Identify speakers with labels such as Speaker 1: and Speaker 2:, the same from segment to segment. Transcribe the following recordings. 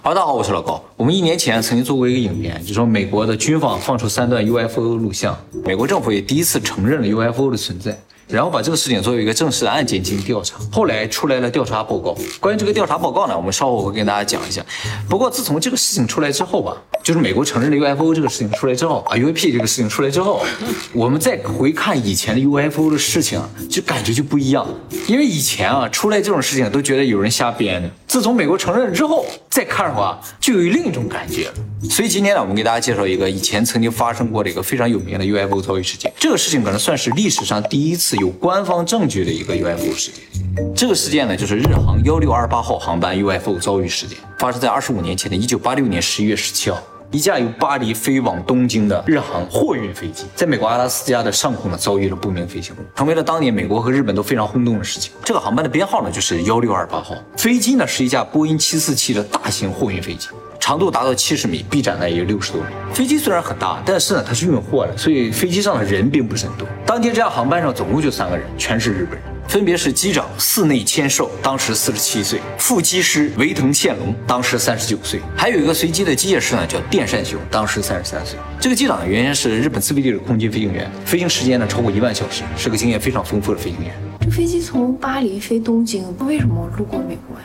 Speaker 1: 大家好，我是老高。我们1年前曾经做过一个影片，就说美国的军方放出3段 UFO 录像，美国政府也第一次承认了 UFO 的存在，然后把这个事情作为一个正式的案件进行调查。后来出来了调查报告，关于这个调查报告呢，我们稍后会跟大家讲一下。不过自从这个事情出来之后吧，就是美国承认了 UFO 这个事情出来之后啊 ，UAP 这个事情出来之后，我们再回看以前的 UFO 的事情，就感觉就不一样。因为以前啊出来这种事情都觉得有人瞎编的，自从美国承认了之后，再看的话就有另一种感觉了。所以今天呢，我们给大家介绍一个以前曾经发生过的一个非常有名的 UFO 遭遇事件。这个事情可能算是历史上第一次有官方证据的一个 UFO 事件。这个事件呢，就是日航1628号航班 UFO 遭遇事件，发生在25年前的1986年11月17号。一架由巴黎飞往东京的日航货运飞机，在美国阿拉斯加的上空呢遭遇了不明飞行物，成为了当年美国和日本都非常轰动的事情。这个航班的编号呢就是1628号，飞机呢是一架波音747的大型货运飞机，长度达到70米，臂展呢也有60多米。飞机虽然很大，但是呢它是运货的，所以飞机上的人并不是很多。当天这架航班上总共就3个人，全是日本人。分别是机长寺内千寿，当时47岁；副机师维藤宪龙，当时39岁；还有一个随机的机械师呢，叫电善雄，当时33岁。这个机长原先是日本自卫队的空军飞行员，飞行时间呢超过1万小时，是个经验非常丰富的飞行员。
Speaker 2: 这飞机从巴黎飞东京，为什么路过美国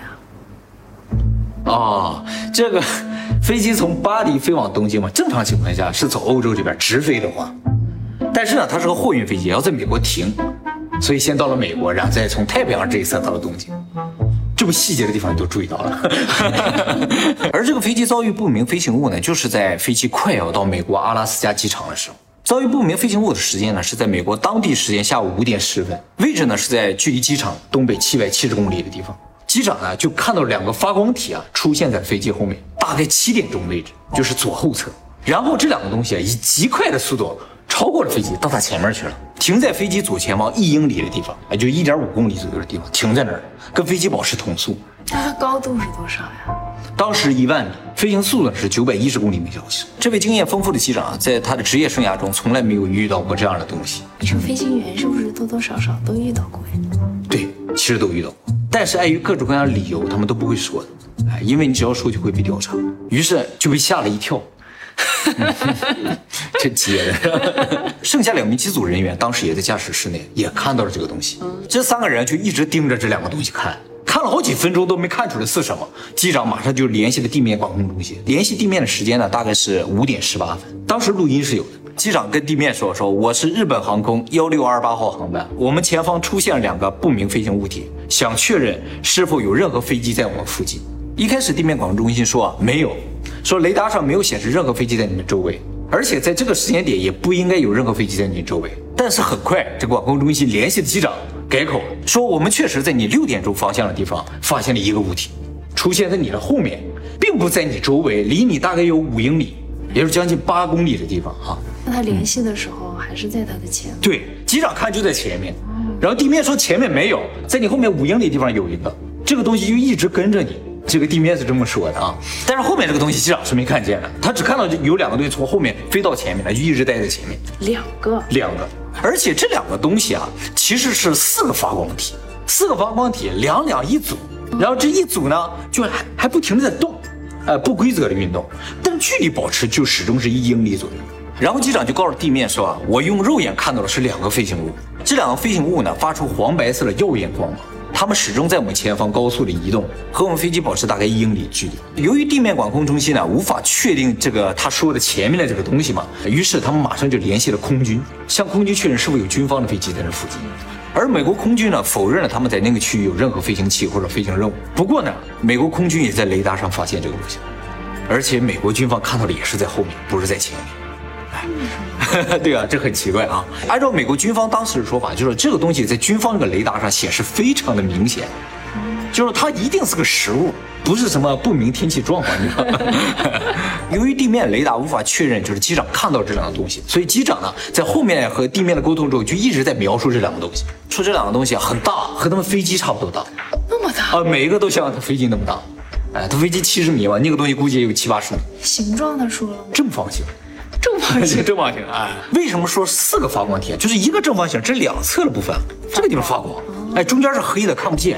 Speaker 2: 呀？
Speaker 1: 这个飞机从巴黎飞往东京嘛，正常情况下是走欧洲这边直飞的话，但是呢，它是个货运飞机，要在美国停。所以先到了美国，然后再从太平洋这一侧到了东京，这么细节的地方你都注意到了。而这个飞机遭遇不明飞行物呢，就是在飞机快要到美国阿拉斯加机场的时候。遭遇不明飞行物的时间呢，是在美国当地时间下午5点10分，位置呢是在距离机场东北770公里的地方。机长呢就看到2个发光体出现在飞机后面，大概7点钟位置，就是左后侧。然后这2个东西以极快的速度超过了飞机，到他前面去了，停在飞机左前方1英里的地方，就1.5公里左右的地方，停在那儿，跟飞机保持同速。
Speaker 2: 那它高度是多少呀？
Speaker 1: 当时1万米，飞行速度是910公里每小时。这位经验丰富的机长在他的职业生涯中从来没有遇到过这样的东西。
Speaker 2: 这个飞行员是不是多多少少都遇到过呀？
Speaker 1: 对，其实都遇到过，但是碍于各种各样的理由，他们都不会说的。因为你只要说就会被调查，于是就被吓了一跳。这接的，剩下2名机组人员当时也在驾驶室内，也看到了这个东西。这3个人就一直盯着这2个东西看了好几分钟都没看出来是什么。机长马上就联系了地面管控中心，联系地面的时间呢大概是5点18分，当时录音是有的。机长跟地面说我是日本航空1628号航班，我们前方出现了2个不明飞行物体，想确认是否有任何飞机在我们附近。一开始地面管控中心说没有，说雷达上没有显示任何飞机在你们周围，而且在这个时间点也不应该有任何飞机在你周围。但是很快这管控中心联系的机长改口说，我们确实在你6点钟方向的地方发现了一个物体，出现在你的后面，并不在你周围，离你大概有5英里，也就是将近8公里的地方哈。
Speaker 2: 那他联系的时候还是在他的前面？
Speaker 1: 对，机长看就在前面，然后地面说前面没有，在你后面5英里的地方有一个，这个东西就一直跟着你。这个地面是这么说的但是后面这个东西机长是没看见的，他只看到有2个东西从后面飞到前面来，就一直待在前面。2个，而且这2个东西其实是4个发光体，4个发光体2一组，然后这一组呢就还不停地在动，不规则的运动，但距离保持就始终是1英里左右。然后机长就告诉地面说我用肉眼看到的是2个飞行物，这2个飞行物呢发出黄白色的耀眼光芒。他们始终在我们前方高速的移动，和我们飞机保持大概1英里距离。由于地面管控中心呢无法确定这个他说的前面的这个东西嘛，于是他们马上就联系了空军，向空军确认是否有军方的飞机在这附近。而美国空军呢否认了他们在那个区域有任何飞行器或者飞行任务。不过呢，美国空军也在雷达上发现这个东西，而且美国军方看到的也是在后面，不是在前面。对啊，这很奇怪按照美国军方当时的说法，就是这个东西在军方这个雷达上显示非常的明显，就是它一定是个实物，不是什么不明天气状况。由于地面雷达无法确认就是机长看到这2个东西，所以机长呢在后面和地面的沟通之后就一直在描述这2个东西，说这2个东西很大，和他们飞机差不多大。
Speaker 2: 那么大
Speaker 1: 每一个都像他飞机那么大。他飞机70米嘛，那个东西估计也有70-80米。
Speaker 2: 形状他说了吗？
Speaker 1: 正方形。
Speaker 2: 正方形，
Speaker 1: 正方形为什么说4个发光体？就是一个正方形，这2侧的部分，这个地方发光，中间是黑的，看不见。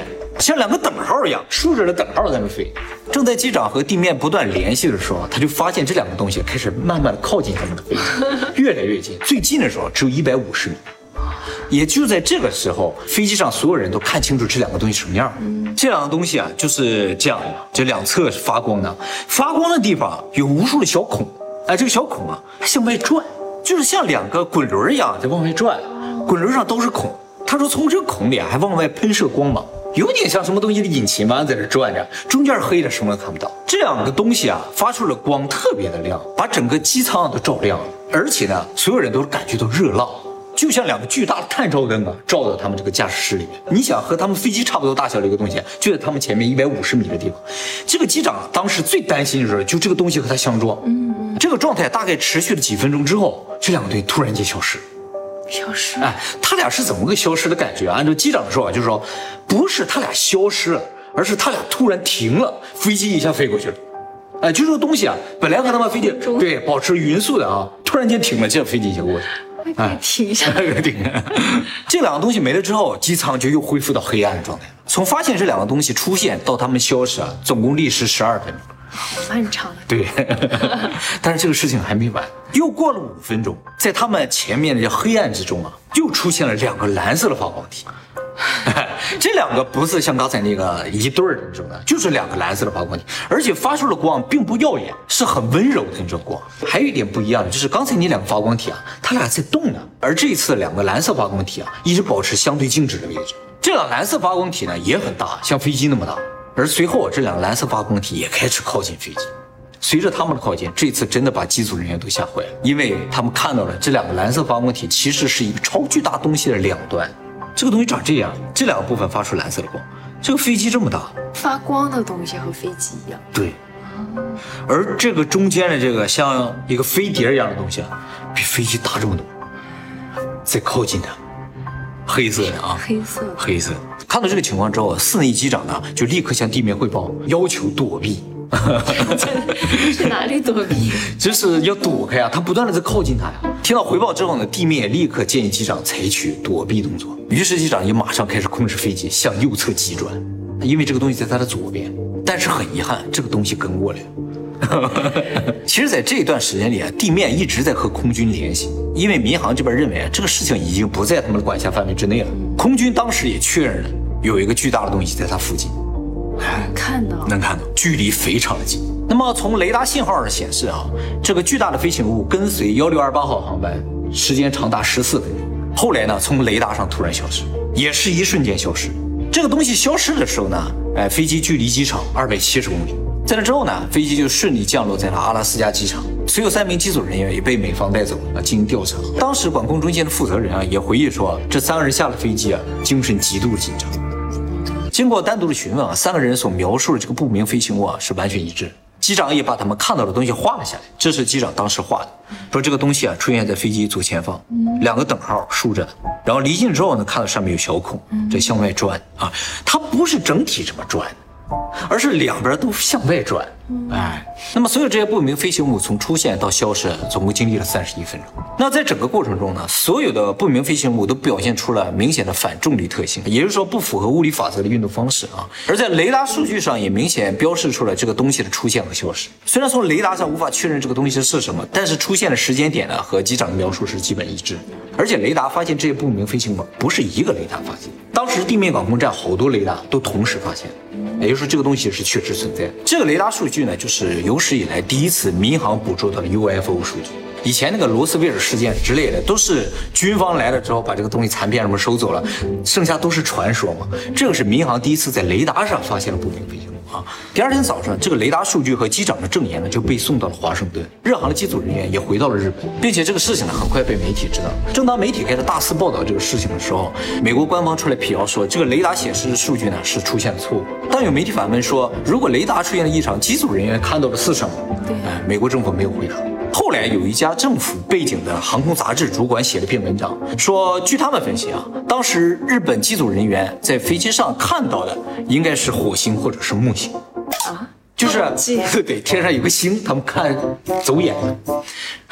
Speaker 1: 像两个等号一样竖着的等号在那飞。正在机长和地面不断联系的时候，他就发现这两个东西开始慢慢的靠近他们的飞机，越来越近，最近的时候只有150米。也就在这个时候，飞机上所有人都看清楚这两个东西什么样了。这两个东西啊，就是这样的，这两侧是发光的，发光的地方有无数的小孔，哎，这个小孔啊还向外转，就是像两个滚轮一样在往外转，滚轮上都是孔。他说从这个孔里啊还往外喷射光芒，有点像什么东西的引擎吧，在这转着，中间黑的，什么都看不到。这两个东西啊发出了光特别的亮，把整个机舱都照亮了，而且呢，所有人都感觉到热浪。就像两个巨大的探照灯啊，照到他们这个驾驶室里面。你想和他们飞机差不多大小的一个东西，就在他们前面150米的地方。这个机长当时最担心的是，就这个东西和他相撞。这个状态大概持续了几分钟之后，这两个东西突然间消失。哎，他俩是怎么个消失的感觉？按照机长的说法，就是说，不是他俩消失了，而是他俩突然停了，飞机一下飞过去了。哎，就这个东西啊，本来和他们飞机对保持匀速的啊，突然间停了，这飞机就过去了。
Speaker 2: 哎，停一下，
Speaker 1: 这两个东西没了之后，机舱就又恢复到黑暗的状态了。从发现这两个东西出现到它们消失啊，总共历时12分钟，
Speaker 2: 好漫长的。
Speaker 1: 对，但是这个事情还没完，又过了5分钟，在他们前面的黑暗之中啊，又出现了两个蓝色的发光体。这两个不是像刚才那个一对儿的那种的，就是两个蓝色的发光体，而且发出的光并不耀眼，是很温柔的那种光。还有一点不一样的就是刚才那两个发光体啊，它俩在动呢，而这一次两个蓝色发光体啊一直保持相对静止的位置。这两蓝色发光体呢也很大，像飞机那么大，而随后这两个蓝色发光体也开始靠近飞机。随着他们的靠近，这次真的把机组人员都吓坏了，因为他们看到了这两个蓝色发光体其实是一个超巨大东西的两端。这个东西长这样，这两个部分发出蓝色的光。这个飞机这么大，
Speaker 2: 发光的东西和飞机一样。
Speaker 1: 对，而这个中间的这个像一个飞碟一样的东西啊，比飞机大这么多，在靠近它，黑色的啊，黑色。看到这个情况之后，室内机长呢就立刻向地面汇报，要求躲避。
Speaker 2: 去哪里躲避？
Speaker 1: 就是要躲开啊！他不断的在靠近他呀。听到回报之后呢，地面也立刻建议机长采取躲避动作。于是机长也马上开始控制飞机向右侧急转，因为这个东西在他的左边。但是很遗憾，这个东西跟过来了。其实，在这一段时间里啊，地面一直在和空军联系，因为民航这边认为这个事情已经不在他们的管辖范围之内了。空军当时也确认了有一个巨大的东西在他附近。能看到，距离非常的近。那么从雷达信号上显示啊，这个巨大的飞行物跟随1628号航班时间长达14分钟，后来呢从雷达上突然消失，也是一瞬间消失。这个东西消失的时候呢，飞机距离机场270公里。在那之后呢，飞机就顺利降落在了阿拉斯加机场，随后3名机组人员也被美方带走了进行调查。当时管控中心的负责人啊也回忆说，这3个人下了飞机啊，精神极度的紧张。经过单独的询问啊，3个人所描述的这个不明飞行物啊是完全一致。机长也把他们看到的东西画了下来，这是机长当时画的，说这个东西啊出现在飞机左前方，两个等号竖着，然后离近之后呢，看到上面有小孔，这向外转啊，它不是整体这么转，而是两边都向外转。哎，那么所有这些不明飞行物从出现到消失，总共经历了31分钟。那在整个过程中呢，所有的不明飞行物都表现出了明显的反重力特性，也就是说不符合物理法则的运动方式啊。而在雷达数据上也明显标示出了这个东西的出现和消失。虽然从雷达上无法确认这个东西是什么，但是出现的时间点呢和机长的描述是基本一致。而且雷达发现这些不明飞行物不是一个雷达发现，当时地面管控站好多雷达都同时发现，也就是说这个东西是确实存在的。这个雷达数据呢，就是有史以来第一次民航捕捉到的 UFO 数据。以前那个罗斯威尔事件之类的，都是军方来了之后把这个东西残片什么收走了，剩下都是传说嘛。这个是民航第一次在雷达上发现了不明飞行物啊。第二天早上，这个雷达数据和机长的证言呢就被送到了华盛顿，日航的机组人员也回到了日本，并且这个事情呢很快被媒体知道。正当媒体开始大肆报道这个事情的时候，美国官方出来辟谣说，这个雷达显示的数据呢是出现了错误。当有媒体反问说，如果雷达出现了异常，机组人员看到的是什么？美国政府没有回答。后来有一家政府背景的航空杂志主管写了篇文章，说据他们分析啊，当时日本机组人员在飞机上看到的应该是火星或者是木星啊，就是对天上有个星，他们看走眼了。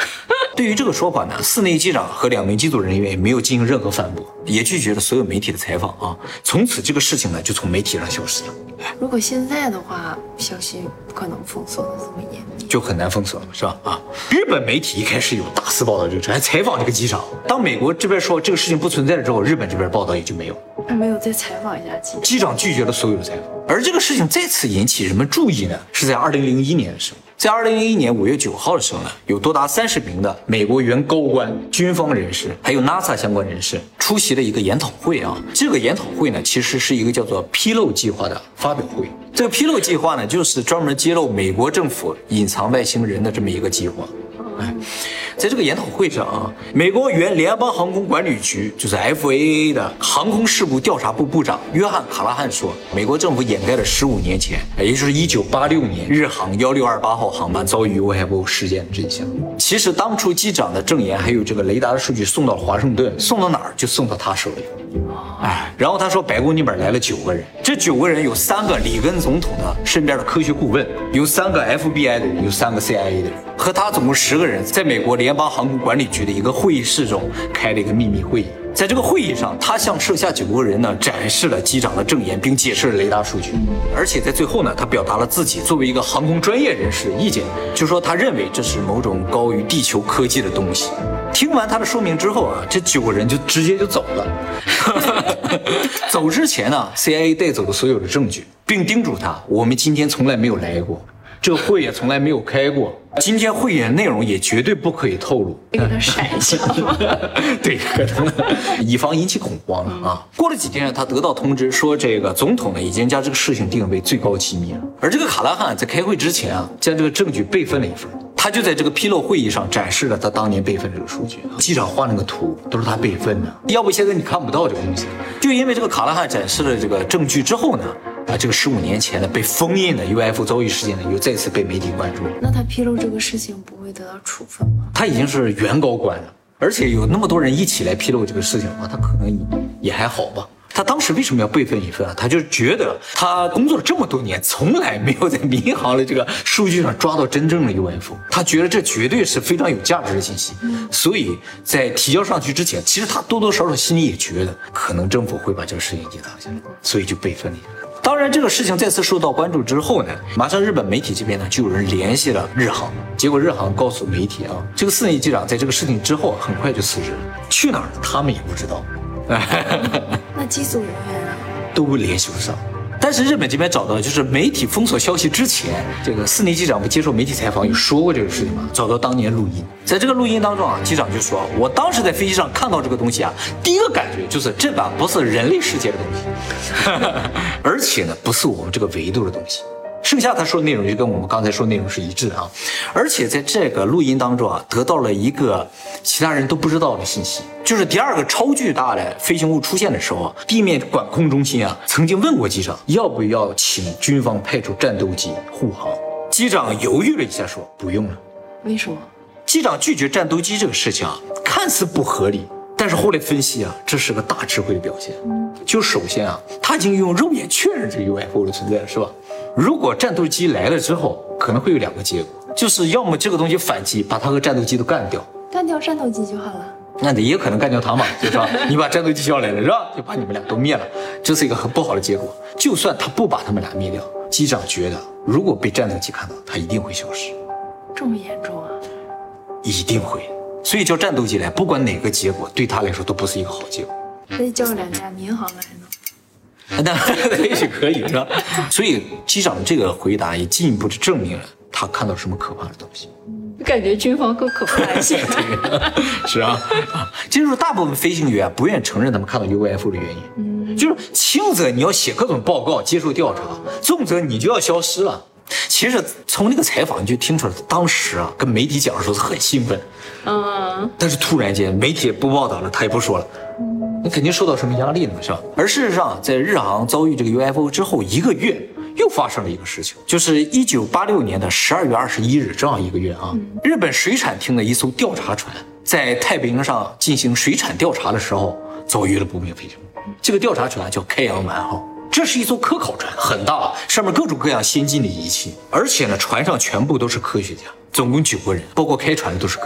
Speaker 1: 对于这个说法呢，寺内机长和2名机组人员也没有进行任何反驳，也拒绝了所有媒体的采访啊。从此这个事情呢就从媒体上消失了。
Speaker 2: 如果现在的话，消息不可能封锁的这么严密，
Speaker 1: 就很难封锁了，是吧？啊，日本媒体一开始有大肆报道这个事，还采访这个机长。当美国这边说这个事情不存在了之后，日本这边报道也就没有。
Speaker 2: 没有再采访一下机长。
Speaker 1: 机长拒绝了所有的采访。而这个事情再次引起人们注意呢，是在2001年的时候。在2001年5月9号的时候呢，有多达30名的美国原高官、军方人士，还有 NASA 相关人士出席了一个研讨会啊。这个研讨会呢，其实是一个叫做披露计划的发表会。这个披露计划呢，就是专门揭露美国政府隐藏外星人的这么一个计划。在这个研讨会上啊，美国原联邦航空管理局就是 FAA 的航空事故调查部部长约翰·卡拉汉说，美国政府掩盖了15年前，也就是1986年日航1628号航班遭遇 UFO 事件的真相。其实当初机长的证言还有这个雷达的数据送到了华盛顿，送到哪儿就送到他手里。然后他说白宫那边来了9个人，这9个人有3个里根总统的身边的科学顾问，有3个 FBI 的人，有3个 CIA 的人，和他总共10个人，在美国联邦航空管理局的一个会议室中开了一个秘密会议。在这个会议上，他向剩下9个人呢展示了机长的证言，并解释了雷达数据。而且在最后呢，他表达了自己作为一个航空专业人士的意见，就说他认为这是某种高于地球科技的东西。听完他的说明之后啊，这9个人就直接就走了。走之前呢 ，CIA 带走了所有的证据，并叮嘱他：我们今天从来没有来过，这个会也从来没有开过，今天会议的内容也绝对不可以透露。
Speaker 2: 给他闪一下吗？
Speaker 1: 对，可能以防引起恐慌了啊。过了几天，他得到通知说，这个总统呢已经将这个事情定为最高机密了。而这个卡拉汉在开会之前啊，将这个证据备份了一份。他就在这个披露会议上展示了他当年备份这个数据，机长画那个图都是他备份的，要不现在你看不到这个东西。就因为这个卡拉汉展示了这个证据之后呢，这个15年前的被封印的 UFO 遭遇事件呢，又再次被媒体关注。
Speaker 2: 那他披露这个事情不会得到处分吗？
Speaker 1: 他已经是原高官了，而且有那么多人一起来披露这个事情的话，他可能也还好吧。他当时为什么要备份一份啊？他就觉得他工作了这么多年，从来没有在民航的这个数据上抓到真正的 UFO， 他觉得这绝对是非常有价值的信息。所以在提交上去之前，其实他多多少少心里也觉得可能政府会把这个事情隐藏下来，所以就备份了一份。当然，这个事情再次受到关注之后呢，马上日本媒体这边呢就有人联系了日航，结果日航告诉媒体啊，这个4名机长在这个事情之后很快就辞职了，去哪儿了他们也不知道。
Speaker 2: 那机组人员啊，
Speaker 1: 都联系不上。但是日本这边找到，就是媒体封锁消息之前，这个寺内机长不接受媒体采访有说过这个事情吗？找到当年录音，在这个录音当中啊，机长就说：“我当时在飞机上看到这个东西啊，第一个感觉就是这把不是人类世界的东西，而且呢，不是我们这个维度的东西。”剩下他说的内容就跟我们刚才说的内容是一致的啊，而且在这个录音当中啊，得到了一个其他人都不知道的信息，就是第2个超巨大的飞行物出现的时候啊，地面管控中心啊曾经问过机长要不要请军方派出战斗机护航，机长犹豫了一下说不用了。
Speaker 2: 为什么？
Speaker 1: 机长拒绝战斗机这个事情啊，看似不合理，但是后来分析啊，这是个大智慧的表现。就首先啊，他已经用肉眼确认这个 UFO 的存在了，是吧？如果战斗机来了之后，可能会有2个结果，就是要么这个东西反击，把它和战斗机都干掉，
Speaker 2: 干掉战斗机就好了。
Speaker 1: 那也可能干掉他嘛，就是说你把战斗机叫来了，是吧？就把你们俩都灭了，这是一个很不好的结果。就算他不把他们俩灭掉，机长觉得如果被战斗机看到，他一定会消失。
Speaker 2: 这么严重啊？
Speaker 1: 一定会。所以叫战斗机来，不管哪个结果，对他来说都不是一个好结果。
Speaker 2: 可以叫2架民航来呢？
Speaker 1: 那也许可以，是吧？所以机长这个回答也进一步的证明了他看到什么可怕的东西。
Speaker 2: 感觉军方更可怕一些。
Speaker 1: 是啊，这就是大部分飞行员不愿意承认他们看到 UFO 的原因。就是轻则你要写各种报告接受调查，重则你就要消失了。其实从那个采访你就听出来，当时啊跟媒体讲的时候是很兴奋，但是突然间媒体也不报道了，他也不说了。你肯定受到什么压力呢，是吧？而事实上，在日航遭遇这个 UFO 之后1个月，又发生了一个事情，就是1986年的12月21日，正好1个月啊。日本水产厅的一艘调查船在太平洋上进行水产调查的时候，遭遇了不明飞行物。这个调查船叫开阳丸号，这是一艘科考船，很大，上面各种各样先进的仪器，而且呢，船上全部都是科学家，总共9个人，包括开船的都是科学家。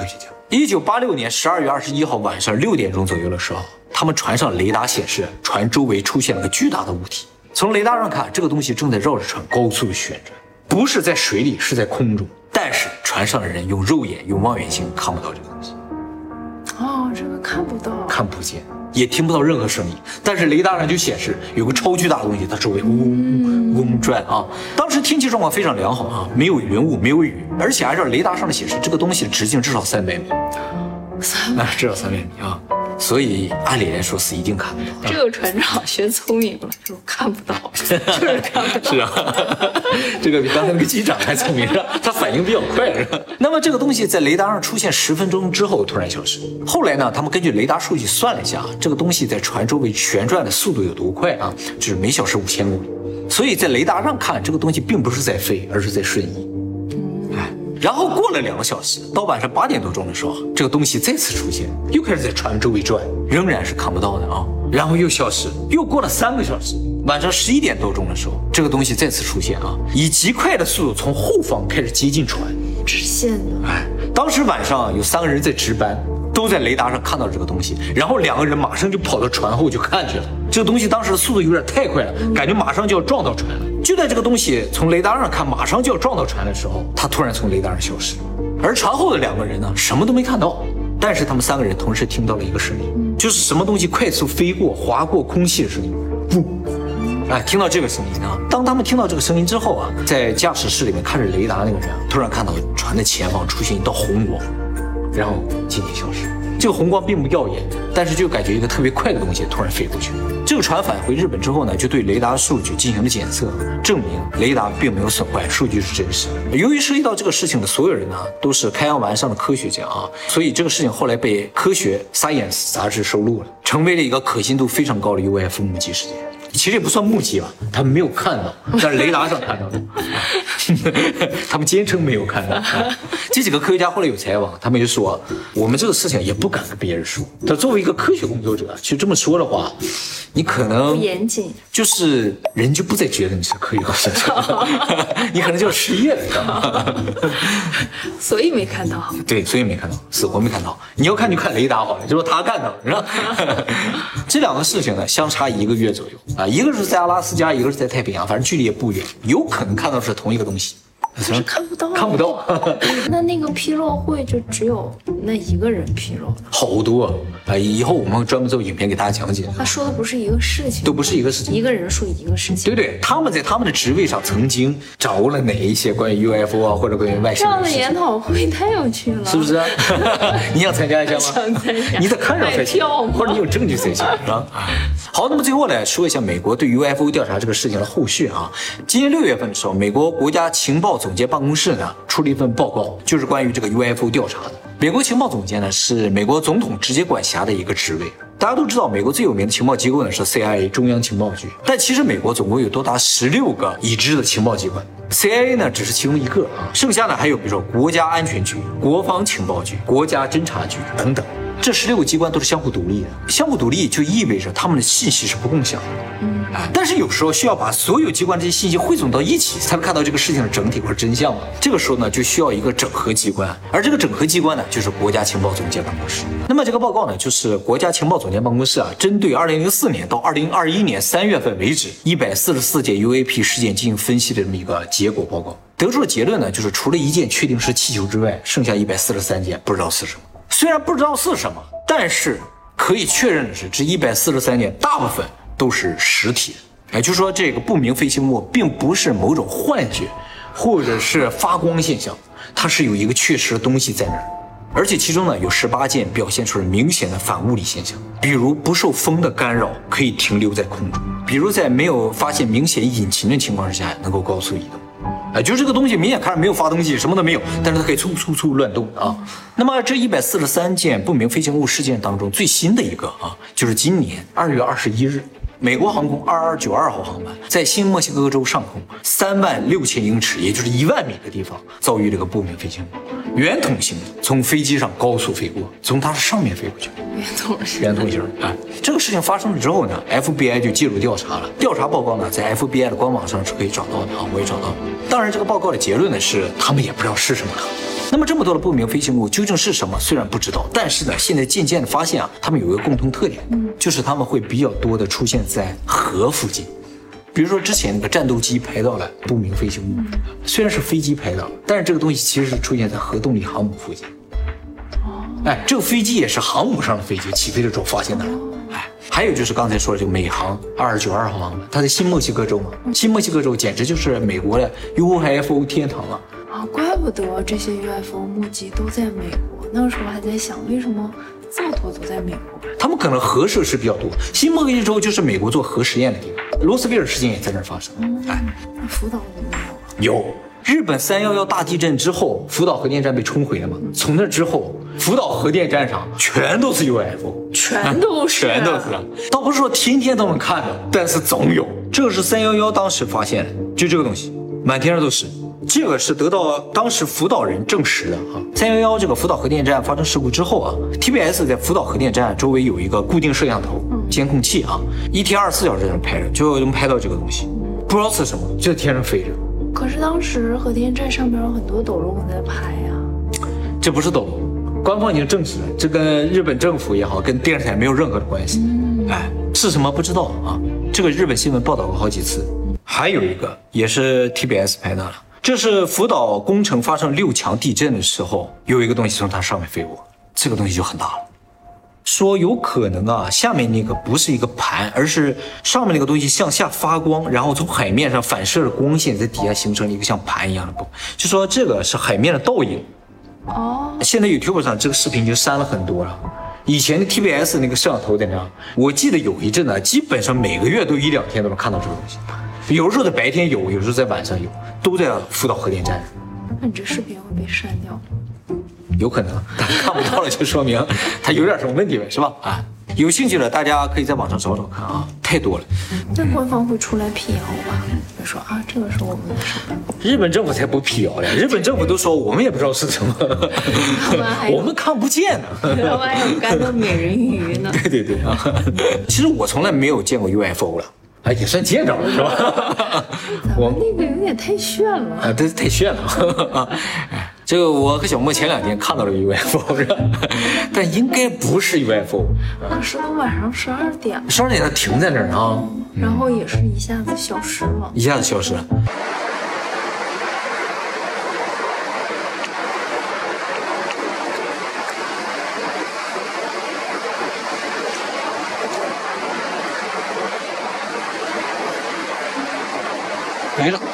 Speaker 1: 1986年12月21号晚上6点钟左右的时候，他们船上雷达显示船周围出现了个巨大的物体。从雷达上看，这个东西正在绕着船高速旋转，不是在水里，是在空中。但是船上的人用肉眼、用望远镜看不到这个东西。
Speaker 2: 哦，这个看不到，
Speaker 1: 看不见，也听不到任何声音。但是雷达上就显示有个超巨大的东西，它周围嗡转啊。当时天气状况非常良好啊，没有云雾，没有雨，而且按照雷达上的显示，这个东西的直径至少300米。至少300米啊。所以按理来说是一定看不到。
Speaker 2: 这个船长学聪明了，说看不到，就是看不到。
Speaker 1: 是啊，这个比刚才那个机长还聪明，是吧？他反应比较快，是吧？那么这个东西在雷达上出现10分钟之后突然消失。后来呢，他们根据雷达数据算了一下，这个东西在船周围旋转的速度有多快啊？就是每小时5000公里。所以在雷达上看，这个东西并不是在飞，而是在瞬移。然后过了2个小时，到晚上8点多钟的时候，这个东西再次出现，又开始在船周围转，仍然是看不到的啊。然后又消失，又过了3个小时，晚上11点多钟的时候，这个东西再次出现啊，以极快的速度从后方开始接近船，
Speaker 2: 直线的。
Speaker 1: 当时晚上有3个人在值班，都在雷达上看到这个东西，然后2个人马上就跑到船后去看去了。这个东西当时的速度有点太快了，感觉马上就要撞到船了。就在这个东西从雷达上看马上就要撞到船的时候，它突然从雷达上消失。而船后的2个人呢，什么都没看到，但是他们3个人同时听到了一个声音，就是什么东西快速飞过、划过空气的声音，不。听到这个声音啊，当他们听到这个声音之后啊，在驾驶室里面看着雷达那个人突然看到船的前方出现一道红光，然后渐渐消失。这个红光并不耀眼，但是就感觉一个特别快的东西突然飞过去。这个船返回日本之后呢，就对雷达数据进行了检测，证明雷达并没有损坏，数据是真实的。由于涉及到这个事情的所有人呢，都是开阳丸上的科学家啊，所以这个事情后来被《科学 Science》杂志收录了，成为了一个可信度非常高的 UFO 目击事件。其实也不算目击吧，他们没有看到，但是雷达上看到的。他们坚称没有看到。这几个科学家后来有采访，他们就说，我们这个事情也不敢跟别人说。他作为一个科学工作者，其实这么说的话，你可能
Speaker 2: 不严谨，
Speaker 1: 就是人就不再觉得你是科学工作者，你可能就要失业了，知道吗？
Speaker 2: 所以没看到。
Speaker 1: 对，所以没看到，是我没看到。你要看就看雷达好了，就说他看到了，是吧？这2个事情呢，相差1个月左右啊，一个是在阿拉斯加，一个是在太平洋，反正距离也不远，有可能看到是同一个东西。
Speaker 2: 是看不到，
Speaker 1: 看不到。
Speaker 2: 那个披露会就只有那1个人披露的，
Speaker 1: 好多啊！以后我们专门做影片给大家讲解。
Speaker 2: 他说的不是一个事情，
Speaker 1: 都不是一个事情，
Speaker 2: 一个人说一个事情。
Speaker 1: 对，他们在他们的职位上曾经掌握了哪一些关于 UFO 啊或者关于外星人的事情？
Speaker 2: 这样的研讨会太有趣了，
Speaker 1: 是不是？你想参加一下吗？
Speaker 2: 想参加。
Speaker 1: 你得看上才行，或者你有证据才行，是吧？好，那么最后呢，说一下美国对 UFO 调查这个事情的后续啊。今年6月份的时候，美国国家情报总监办公室呢出了一份报告，就是关于这个 UFO 调查的。美国情报总监呢是美国总统直接管辖的一个职位。大家都知道，美国最有名的情报机构呢是 CIA 中央情报局，但其实美国总共有多达16个已知的情报机关 ，CIA 呢只是其中一个啊，剩下呢还有比如说国家安全局、国防情报局、国家侦察局等等。这16个机关都是相互独立的，相互独立就意味着他们的信息是不共享的。但是有时候需要把所有机关这些信息汇总到一起，才能看到这个事情的整体或者真相嘛。这个时候呢，就需要一个整合机关，而这个整合机关呢，就是国家情报总监办公室。那么这个报告呢，就是国家情报总监办公室啊，针对2004年到2021年3月份为止144件 UAP 事件进行分析的这么一个结果报告。得出的结论呢，就是除了1件确定是气球之外，剩下143件不知道是什么。虽然不知道是什么，但是可以确认的是，这143件大部分都是实体的。也就是说，这个不明飞行物并不是某种幻觉，或者是发光现象，它是有一个确实的东西在那儿。而且其中呢有18件表现出了明显的反物理现象，比如不受风的干扰，可以停留在空中；比如在没有发现明显引擎的情况之下，能够高速移动。就是这个东西明显看着没有发动机，什么都没有，但是它可以粗乱动啊。那么这143件不明飞行物事件当中，最新的一个啊，就是今年2月21日，美国航空2292号航班在新墨西哥州上空36000英尺，也就是1万米的地方，遭遇这个不明飞行物，圆筒形的从飞机上高速飞过，从它的上面飞过去。圆筒形啊！这个事情发生了之后呢 ，FBI 就介入调查了。调查报告呢，在 FBI 的官网上是可以找到的啊，我也找到了。当然，这个报告的结论呢是他们也不知道是什么。 那么这么多的不明飞行物究竟是什么？虽然不知道，但是呢，现在渐渐的发现啊，它们有一个共同特点，就是它们会比较多的出现在河附近。比如说之前那个战斗机拍到了不明飞行物，虽然是飞机拍到，但是这个东西其实是出现在核动力航母附近。哎，这个飞机也是航母上的飞机起飞的时候发现的。哎，还有就是刚才说的这个美航292号航母，它在新墨西哥州嘛，新墨西哥州简直就是美国的 UFO 天堂啊！
Speaker 2: 啊，怪不得这些 UFO 目击都在美国。那个时候还在想，为什么这么多都在美国？
Speaker 1: 他们可能核设施比较多。新墨西哥州就是美国做核实验的地方，罗斯威尔事件也在那儿发生。哎，
Speaker 2: 那福岛有没有？
Speaker 1: 有。日本311大地震之后，福岛核电站被冲毁了嘛？从那之后，福岛核电站上全都是 UFO，
Speaker 2: 全都是，
Speaker 1: 倒不是说天天都能看到，但是总有。这个是311当时发现的，就这个东西，满天上都是。这个是得到当时福岛人证实的啊。311这个福岛核电站发生事故之后啊 ，TBS 在福岛核电站周围有一个固定摄像头、监控器啊，一天24小时在那拍着，就能拍到这个东西，不知道是什么，就在天上飞着。
Speaker 2: 可是当时核电站上边有很多斗龙在拍呀，
Speaker 1: 这不是斗龙，官方已经证实了，这跟日本政府也好，跟电视台没有任何的关系。哎，是什么不知道啊？这个日本新闻报道过好几次。还有一个也是 TBS 拍的了，这是福岛工程发生6强地震的时候，有一个东西从它上面飞过，这个东西就很大了。说有可能啊，下面那个不是一个盘，而是上面那个东西向下发光，然后从海面上反射的光线在底下形成了一个像盘一样的部分，就说这个是海面的倒影。哦，现在 YouTube 上这个视频已经删了很多了。以前的 TBS 那个摄像头在那样，我记得有一阵呢，基本上每个月都1、2天都能看到这个东西，有时候在白天有，有时候在晚上有，都在福岛核电站。
Speaker 2: 那你这视频会被删掉？
Speaker 1: 有可能，但看不到了就说明它有点什么问题呗，是吧？啊，有兴趣的大家可以在网上找找看啊，太多了。
Speaker 2: 那官方会出来辟谣吧？就说啊，这个是我们的什么？
Speaker 1: 日本政府才不辟谣嘞，日本政府都说我们也不知道是什么，我们看不见呢。
Speaker 2: 他们还有干的美人鱼呢。
Speaker 1: 对啊，其实我从来没有见过 UFO 了。哎，也算见着了，是吧？
Speaker 2: 我那个有点太炫了
Speaker 1: 啊，这太炫了。这个我和小莫前2天看到了 UFO， 但应该不是 UFO。
Speaker 2: 当时都晚上12点了
Speaker 1: ，12点它停在那儿啊，
Speaker 2: 然后也是一下子消失了，
Speaker 1: 一下子消失了。没了。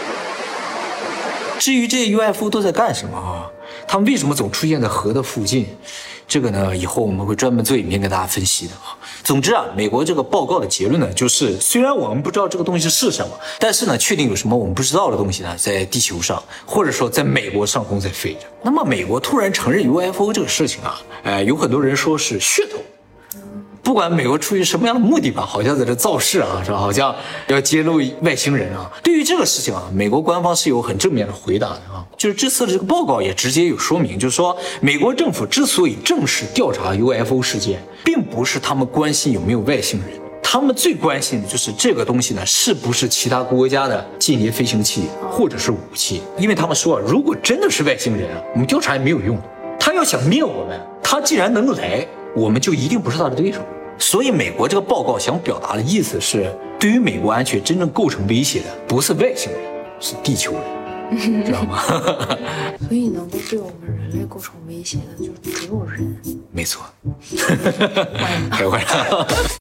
Speaker 1: 至于这些 UFO 都在干什么啊？他们为什么总出现在河的附近？这个呢，以后我们会专门做影片给大家分析的啊。总之啊，美国这个报告的结论呢，就是虽然我们不知道这个东西是什么，但是呢，确定有什么我们不知道的东西呢，在地球上或者说在美国上空在飞着。那么美国突然承认 UFO 这个事情啊，有很多人说是噱头。不管美国出于什么样的目的吧，好像在这造势啊，是吧？好像要揭露外星人啊。对于这个事情啊，美国官方是有很正面的回答的啊。就是这次的这个报告也直接有说明，就是说美国政府之所以正式调查 UFO 事件，并不是他们关心有没有外星人，他们最关心的就是这个东西呢是不是其他国家的间谍飞行器或者是武器。因为他们说，如果真的是外星人啊，我们调查也没有用，他要想灭我们，他既然能来，我们就一定不是他的对手。所以美国这个报告想表达的意思是，对于美国安全真正构成威胁的不是外星人，是地球人，知道吗？
Speaker 2: 所以能够对我们人类构成威胁的就只有人。
Speaker 1: 没错。开会了。